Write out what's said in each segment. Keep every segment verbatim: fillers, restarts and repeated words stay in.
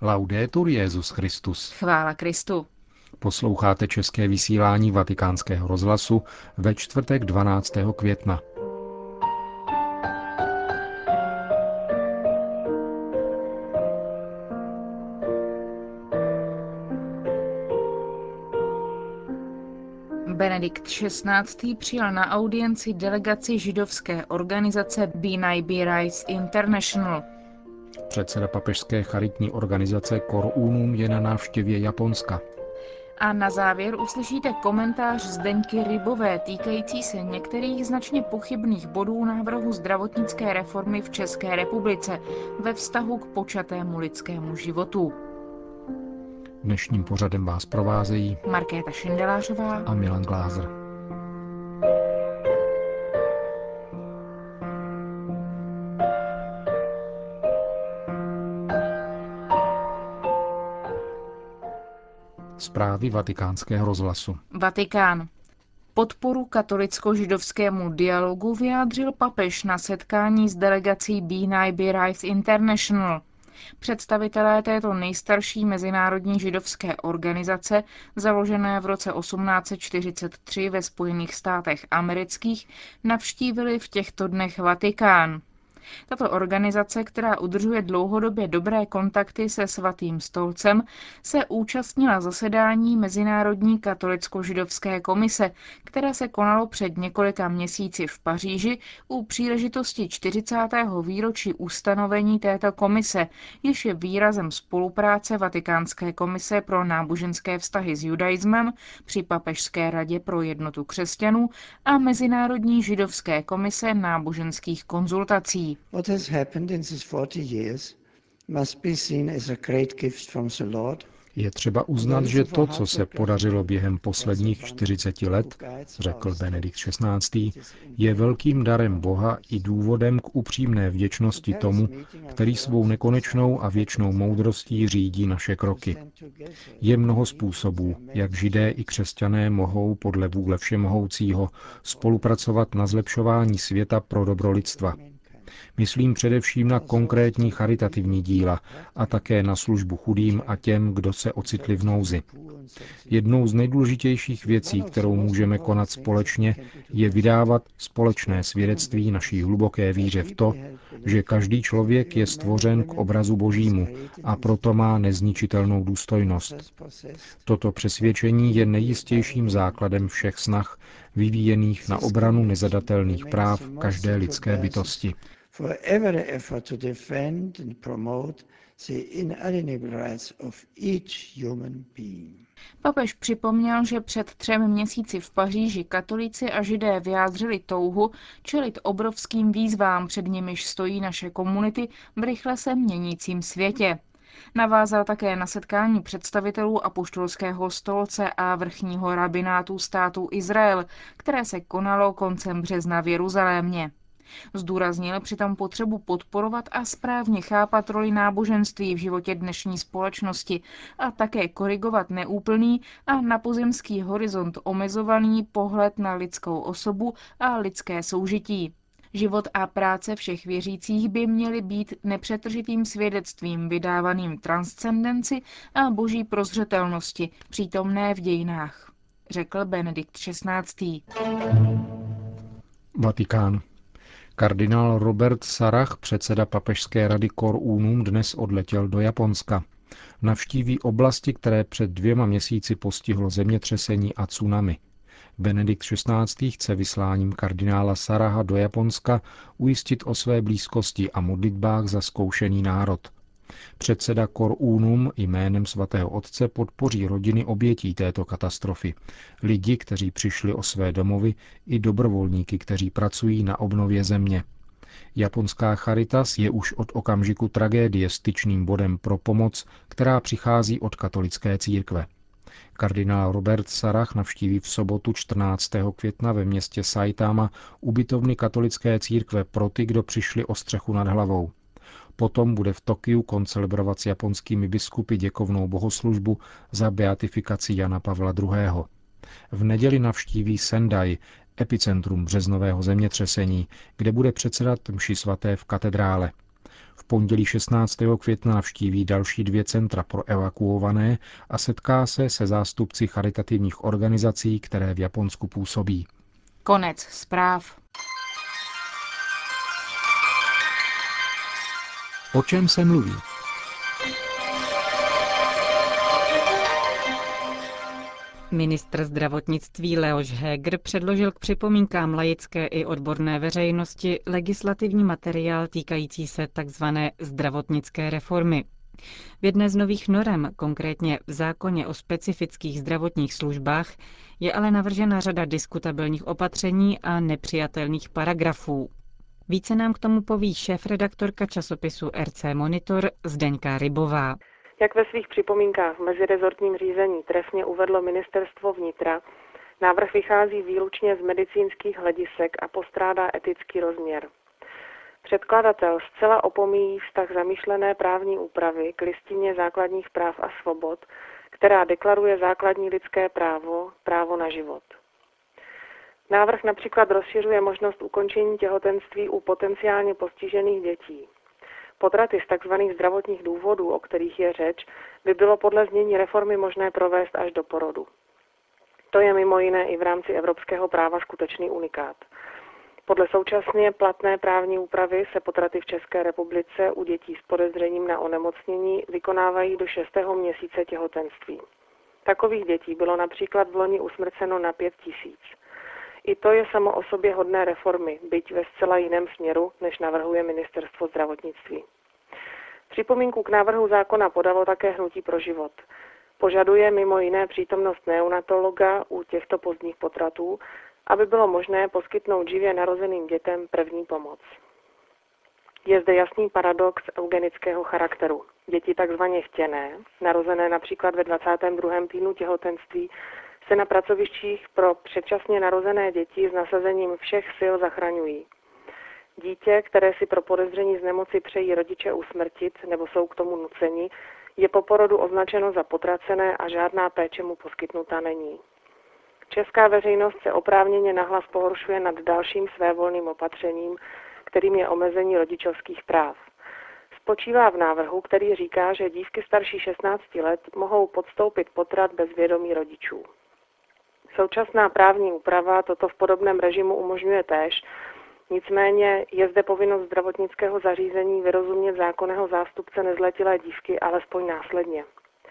Laudetur Jesus Christus. Chvála Kristu. Posloucháte české vysílání Vatikánského rozhlasu ve čtvrtek dvanáctého května. Benedikt šestnáctý přijal na audienci delegaci židovské organizace B'nai B'rith International. Předseda papežské charitní organizace Cor Unum je na návštěvě Japonska. A na závěr uslyšíte komentář Zdeňky Rybové týkající se některých značně pochybných bodů návrhu zdravotnické reformy v České republice ve vztahu k počatému lidskému životu. Dnešním pořadem vás provázejí Markéta Šindelářová a Milan Glázer. Zprávy Vatikánského rozhlasu. Vatikán. Podporu katolicko-židovskému dialogu vyjádřil papež na setkání s delegací B'nai B'rith International. Představitelé této nejstarší mezinárodní židovské organizace, založené v roce osmnáct set čtyřicet tři ve Spojených státech amerických, navštívili v těchto dnech Vatikán. Tato organizace, která udržuje dlouhodobě dobré kontakty se Svatým stolcem, se účastnila zasedání Mezinárodní katolicko-židovské komise, které se konalo před několika měsíci v Paříži u příležitosti čtyřicátého výročí ustanovení této komise, jež je výrazem spolupráce Vatikánské komise pro náboženské vztahy s judaismem při Papežské radě pro jednotu křesťanů a Mezinárodní židovské komise náboženských konzultací. What has happened in these forty years must be seen as a great gift from the Lord. Je třeba uznat, že to, co se podařilo během posledních čtyřiceti let, řekl Benedikt šestnáctý, je velkým darem Boha i důvodem k upřímné vděčnosti tomu, který svou nekonečnou a věčnou moudrostí řídí naše kroky. Je mnoho způsobů, jak Židé i křesťané mohou podle vůle Všemohoucího spolupracovat na zlepšování světa pro dobro lidstva. Myslím především na konkrétní charitativní díla a také na službu chudým a těm, kdo se ocitli v nouzi. Jednou z nejdůležitějších věcí, kterou můžeme konat společně, je vydávat společné svědectví naší hluboké víře v to, že každý člověk je stvořen k obrazu Božímu a proto má nezničitelnou důstojnost. Toto přesvědčení je nejistějším základem všech snah vyvíjených na obranu nezadatelných práv každé lidské bytosti. For every effort to defend and promote the inalienable rights of each human being. Papež připomněl, že před třemi měsíci v Paříži katolíci a židé vyjádřili touhu čelit obrovským výzvám, před nimiž stojí naše komunity v rychle se měnícím světě. Navázal také na setkání představitelů apoštolského stolce a vrchního rabinátu státu Izrael, které se konalo koncem března v Jeruzalémě. Zdůraznil přitom potřebu podporovat a správně chápat roli náboženství v životě dnešní společnosti a také korigovat neúplný a na pozemský horizont omezovaný pohled na lidskou osobu a lidské soužití. Život a práce všech věřících by měly být nepřetržitým svědectvím vydávaným transcendenci a boží prozřetelnosti, přítomné v dějinách, řekl Benedikt šestnáctý. Vatikán. Kardinál Robert Sarach, předseda papežské rady Cor Unum, dnes odletěl do Japonska. Navštíví oblasti, které před dvěma měsíci postihlo zemětřesení a tsunami. Benedikt šestnáctý chce vysláním kardinála Saraha do Japonska ujistit o své blízkosti a modlitbách za zkoušený národ. Předseda Cor Unum jménem svatého otce podpoří rodiny obětí této katastrofy, lidi, kteří přišli o své domovy, i dobrovolníky, kteří pracují na obnově země. Japonská Charitas je už od okamžiku tragédie styčným bodem pro pomoc, která přichází od katolické církve. Kardinál Robert Sarach navštíví v sobotu čtrnáctého května ve městě Saitama ubytovny katolické církve pro ty, kdo přišli o střechu nad hlavou. Potom bude v Tokiu koncelebrovat s japonskými biskupy děkovnou bohoslužbu za beatifikaci Jana Pavla druhého. V neděli navštíví Sendai, epicentrum březnového zemětřesení, kde bude předsedat mši svaté v katedrále. V pondělí šestnáctého května navštíví další dvě centra pro evakuované a setká se se zástupci charitativních organizací, které v Japonsku působí. Konec zpráv. O čem se mluví? Ministr zdravotnictví Leoš Heger předložil k připomínkám laické i odborné veřejnosti legislativní materiál týkající se tzv. Zdravotnické reformy. V jedné z nových norem, konkrétně v zákoně o specifických zdravotních službách, je ale navržena řada diskutabilních opatření a nepřijatelných paragrafů. Více nám k tomu poví šéfredaktorka časopisu R C Monitor Zdeňka Rybová. Jak ve svých připomínkách v mezirezortním řízení trefně uvedlo ministerstvo vnitra, návrh vychází výlučně z medicínských hledisek a postrádá etický rozměr. Předkladatel zcela opomíjí vztah zamýšlené právní úpravy k listině základních práv a svobod, která deklaruje základní lidské právo, právo na život. Návrh například rozšiřuje možnost ukončení těhotenství u potenciálně postižených dětí. Potraty z tzv. Zdravotních důvodů, o kterých je řeč, by bylo podle znění reformy možné provést až do porodu. To je mimo jiné i v rámci evropského práva skutečný unikát. Podle současně platné právní úpravy se potraty v České republice u dětí s podezřením na onemocnění vykonávají do šestého měsíce těhotenství. Takových dětí bylo například v loni usmrceno na pět tisíc. I to je samo o sobě hodné reformy, byť ve zcela jiném směru, než navrhuje ministerstvo zdravotnictví. Připomínku k návrhu zákona podalo také Hnutí pro život. Požaduje mimo jiné přítomnost neonatologa u těchto pozdních potratů, aby bylo možné poskytnout živě narozeným dětem první pomoc. Je zde jasný paradox eugenického charakteru. Děti takzvaně chtěné, narozené například ve dvacátém druhém týdnu těhotenství, se na pracovištích pro předčasně narozené děti s nasazením všech sil zachraňují. Dítě, které si pro podezření z nemoci přejí rodiče usmrtit nebo jsou k tomu nuceni, je po porodu označeno za potracené a žádná péče mu poskytnuta není. Česká veřejnost se oprávněně nahlas pohoršuje nad dalším svévolným opatřením, kterým je omezení rodičovských práv. Spočívá v návrhu, který říká, že dívky starší šestnácti let mohou podstoupit potrat bez vědomí rodičů. Současná právní úprava toto v podobném režimu umožňuje též, nicméně je zde povinnost zdravotnického zařízení vyrozumět zákonného zástupce nezletilé dívky alespoň následně.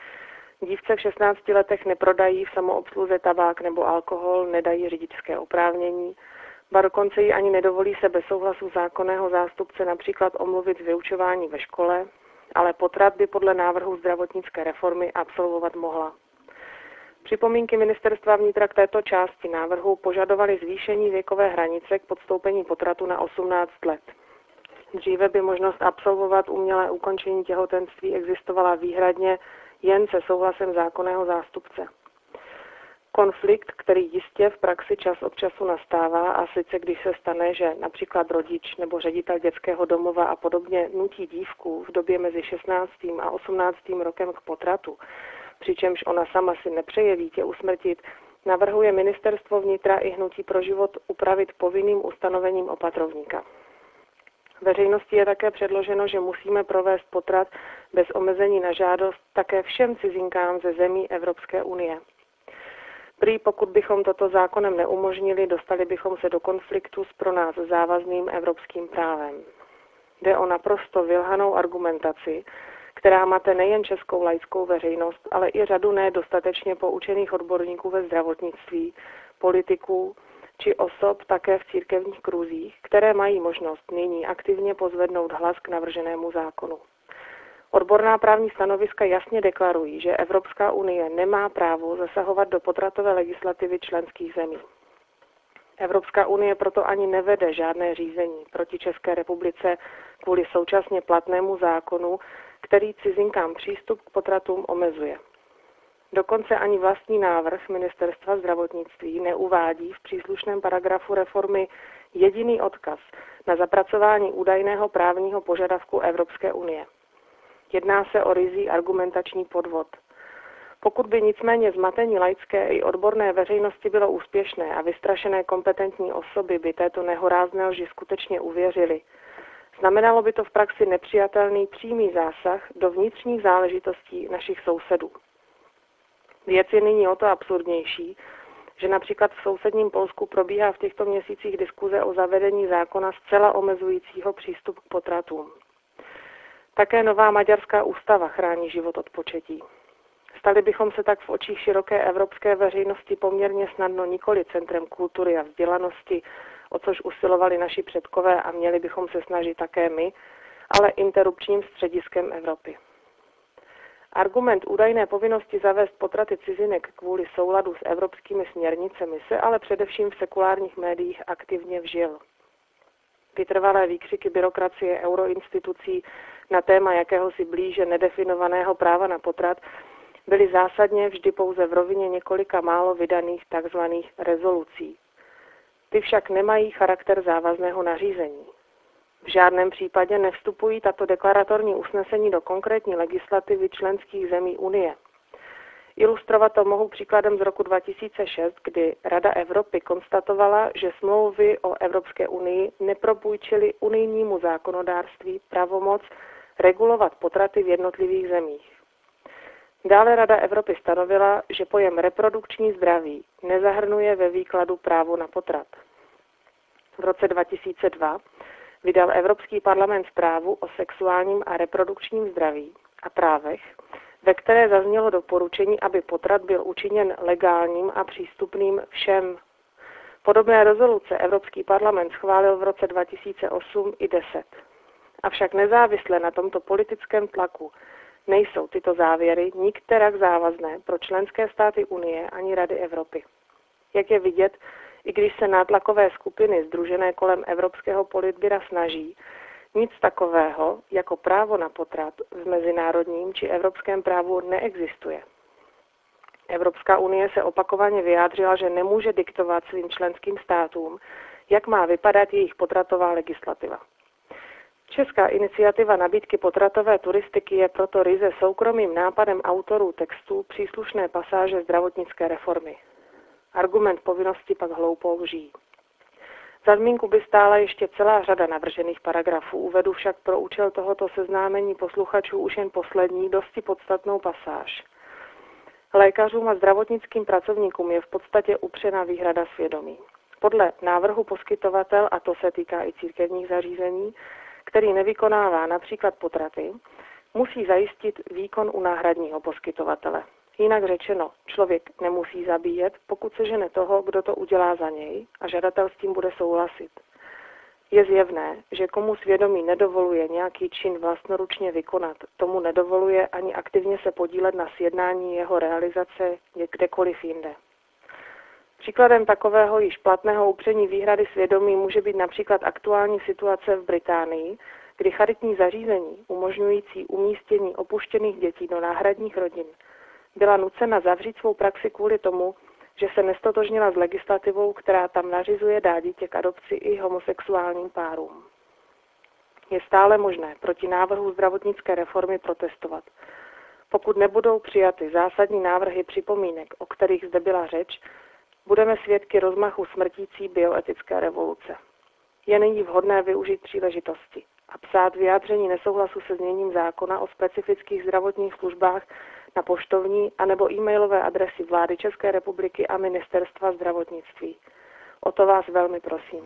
Dívce v šestnácti letech neprodají v samoobsluze tabák nebo alkohol, nedají řidičské oprávnění, ba dokonce ji ani nedovolí se bez souhlasu zákonného zástupce například omluvit z vyučování ve škole, ale potrat by podle návrhu zdravotnické reformy absolvovat mohla. Připomínky ministerstva vnitra k této části návrhu požadovaly zvýšení věkové hranice k podstoupení potratu na osmnáct let. Dříve by možnost absolvovat umělé ukončení těhotenství existovala výhradně jen se souhlasem zákonného zástupce. Konflikt, který jistě v praxi čas od času nastává, a sice když se stane, že například rodič nebo ředitel dětského domova a podobně nutí dívku v době mezi šestnáctým a osmnáctým rokem k potratu, přičemž ona sama si nepřeje dítě usmrtit, navrhuje ministerstvo vnitra i Hnutí pro život upravit povinným ustanovením opatrovníka. Veřejnosti je také předloženo, že musíme provést potrat bez omezení na žádost také všem cizinkám ze zemí Evropské unie. Prý pokud bychom toto zákonem neumožnili, dostali bychom se do konfliktu s pro nás závazným evropským právem. Jde o naprosto vylhanou argumentaci, která mate nejen českou laickou veřejnost, ale i řadu nedostatečně poučených odborníků ve zdravotnictví, politiků či osob také v církevních kruzích, které mají možnost nyní aktivně pozvednout hlas k navrženému zákonu. Odborná právní stanoviska jasně deklarují, že Evropská unie nemá právo zasahovat do potratové legislativy členských zemí. Evropská unie proto ani nevede žádné řízení proti České republice kvůli současně platnému zákonu, který cizinkám přístup k potratům omezuje. Dokonce ani vlastní návrh ministerstva zdravotnictví neuvádí v příslušném paragrafu reformy jediný odkaz na zapracování údajného právního požadavku Evropské unie. Jedná se o ryzí argumentační podvod. Pokud by nicméně zmatení laické i odborné veřejnosti bylo úspěšné a vystrašené kompetentní osoby by této nehorázné lži skutečně uvěřily, Znamenalo by to v praxi nepřijatelný přímý zásah do vnitřních záležitostí našich sousedů. Věc je nyní o to absurdnější, že například v sousedním Polsku probíhá v těchto měsících diskuze o zavedení zákona zcela omezujícího přístup k potratům. Také nová maďarská ústava chrání život od početí. Stali bychom se tak v očích široké evropské veřejnosti poměrně snadno nikoli centrem kultury a vzdělanosti, o což usilovali naši předkové a měli bychom se snažit také my, ale interrupčním střediskem Evropy. Argument údajné povinnosti zavést potraty cizinek kvůli souladu s evropskými směrnicemi se ale především v sekulárních médiích aktivně vžil. Vytrvalé výkřiky byrokracie euroinstitucí na téma jakéhosi blíže nedefinovaného práva na potrat byly zásadně vždy pouze v rovině několika málo vydaných tzv. Rezolucí. Ty však nemají charakter závazného nařízení. V žádném případě nevstupují tato deklaratorní usnesení do konkrétní legislativy členských zemí Unie. Ilustrovat to mohu příkladem z roku dva tisíce šest, kdy Rada Evropy konstatovala, že smlouvy o Evropské unii nepropůjčily unijnímu zákonodárství pravomoc regulovat potraty v jednotlivých zemích. Dále Rada Evropy stanovila, že pojem reprodukční zdraví nezahrnuje ve výkladu právo na potrat. V roce dva tisíce dva vydal Evropský parlament zprávu o sexuálním a reprodukčním zdraví a právech, ve které zaznělo doporučení, aby potrat byl učiněn legálním a přístupným všem. Podobné rezoluce Evropský parlament schválil v roce dva tisíce osm i deset. Avšak nezávisle na tomto politickém tlaku nejsou tyto závěry nikterak závazné pro členské státy Unie ani Rady Evropy. Jak je vidět, i když se nátlakové skupiny sdružené kolem Evropského politbyra snaží, nic takového jako právo na potrat v mezinárodním či evropském právu neexistuje. Evropská unie se opakovaně vyjádřila, že nemůže diktovat svým členským státům, jak má vypadat jejich potratová legislativa. Česká iniciativa nabídky potratové turistiky je proto ryze soukromým nápadem autorů textů příslušné pasáže zdravotnické reformy. Argument povinnosti pak hloupou lží. Za zmínku by stála ještě celá řada navržených paragrafů, uvedu však pro účel tohoto seznámení posluchačů už jen poslední, dosti podstatnou pasáž. Lékařům a zdravotnickým pracovníkům je v podstatě upřena výhrada svědomí. Podle návrhu poskytovatel, a to se týká i církevních zařízení, který nevykonává například potraty, musí zajistit výkon u náhradního poskytovatele. Jinak řečeno, člověk nemusí zabíjet, pokud se žene toho, kdo to udělá za něj a žadatel s tím bude souhlasit. Je zjevné, že komu svědomí nedovoluje nějaký čin vlastnoručně vykonat, tomu nedovoluje ani aktivně se podílet na sjednání jeho realizace kdekoliv jinde. Příkladem takového již platného upření výhrady svědomí může být například aktuální situace v Británii, kdy charitní zařízení umožňující umístění opuštěných dětí do náhradních rodin byla nucena zavřít svou praxi kvůli tomu, že se nestotožnila s legislativou, která tam nařizuje dát dítě k adopci i homosexuálním párům. Je stále možné proti návrhu zdravotnické reformy protestovat. Pokud nebudou přijaty zásadní návrhy připomínek, o kterých zde byla řeč, budeme svědky rozmachu smrtící bioetické revoluce. Je nyní vhodné využít příležitosti a psát vyjádření nesouhlasu se zněním zákona o specifických zdravotních službách na poštovní anebo e-mailové adresy vlády České republiky a Ministerstva zdravotnictví. O to vás velmi prosím.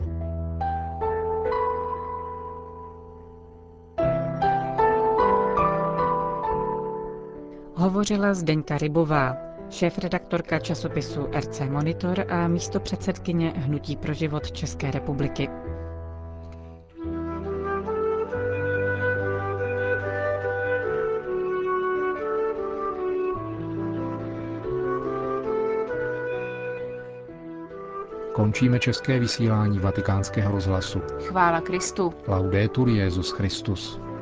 Hovořila Zdeňka Rybová, šéfredaktorka časopisu R C Monitor a místopředsedkyně Hnutí pro život České republiky. Končíme české vysílání Vatikánského rozhlasu. Chvála Kristu. Laudetur Jesus Christus.